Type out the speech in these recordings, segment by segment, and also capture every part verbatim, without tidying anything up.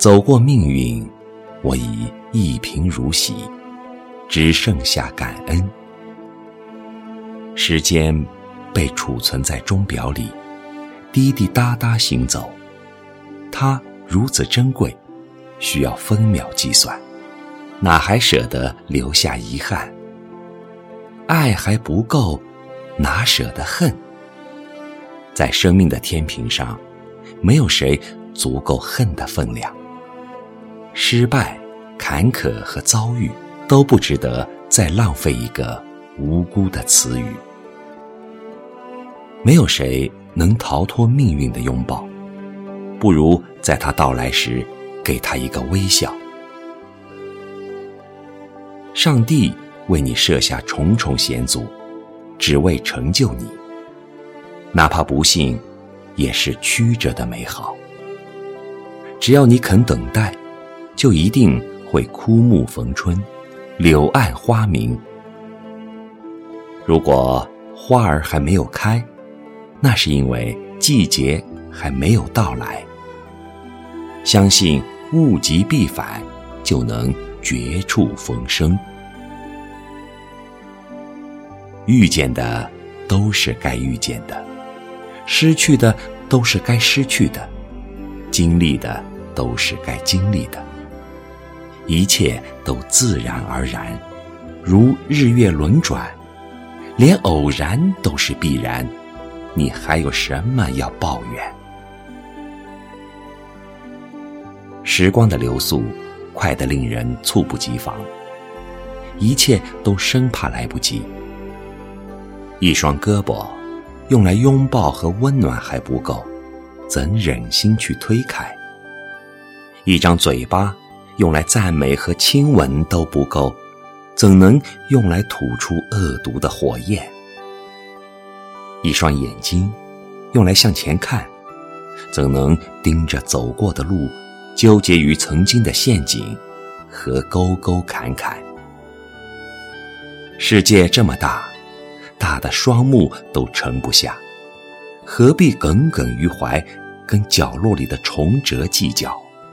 走过命运，我已一贫如洗，只剩下感恩。时间被储存在钟表里，滴滴答答行走，它如此珍贵，需要分秒计算，哪还舍得留下遗憾？爱还不够，哪舍得恨？在生命的天平上，没有谁足够恨的分量。失败、坎坷和遭遇都不值得再浪费一个无辜的词语。没有谁能逃脱命运的拥抱，不如在他到来时给他一个微笑。上帝为你设下重重险阻，只为成就你，哪怕不幸，也是曲折的美好。只要你肯等待，就一定会枯木逢春，柳暗花明。如果花儿还没有开，那是因为季节还没有到来。相信物极必反，就能绝处逢生。遇见的都是该遇见的，失去的都是该失去的，经历的都是该经历的，一切都自然而然，如日月轮转，连偶然都是必然，你还有什么要抱怨？时光的流速快得令人猝不及防，一切都生怕来不及。一双胳膊用来拥抱和温暖还不够，怎忍心去推开？一张嘴巴用来赞美和亲吻都不够，怎能用来吐出恶毒的火焰？一双眼睛用来向前看，怎能盯着走过的路，纠结于曾经的陷阱和沟沟坎坎？世界这么大，大的双目都盛不下，何必耿耿于怀，跟角落里的虫蛰计较？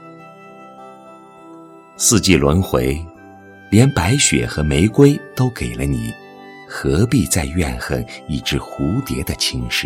四季轮回，连白雪和玫瑰都给了你，何必再怨恨一只蝴蝶的轻视？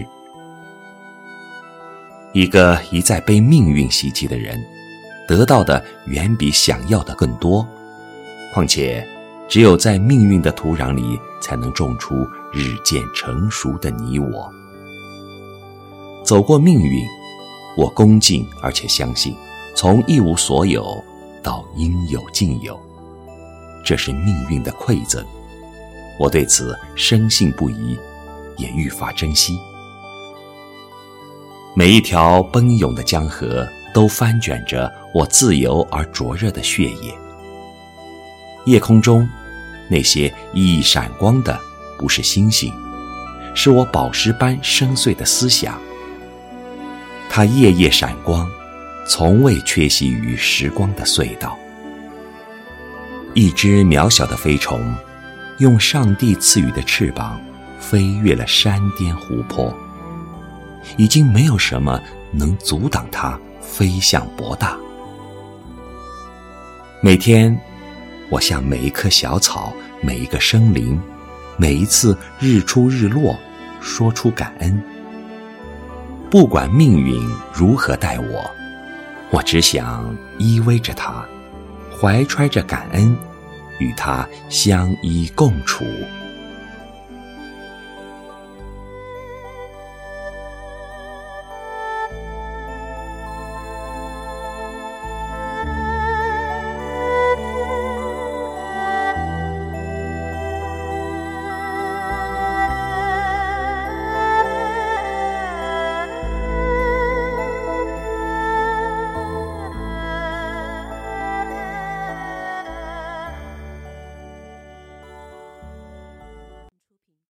一个一再被命运袭击的人，得到的远比想要的更多。况且只有在命运的土壤里，才能种出日渐成熟的你我。走过命运，我恭敬而且相信，从一无所有到应有尽有，这是命运的馈赠。我对此深信不疑，也愈发珍惜。每一条奔涌的江河都翻卷着我自由而灼热的血液。夜空中那些熠熠闪光的不是星星，是我宝石般深邃的思想。它夜夜闪光，从未缺席于时光的隧道。一只渺小的飞虫，用上帝赐予的翅膀飞越了山巅湖泊，已经没有什么能阻挡它飞向博大。每天我向每一棵小草，每一个生灵，每一次日出日落说出感恩。不管命运如何待我，我只想依偎着它，怀揣着感恩，与它相依共处。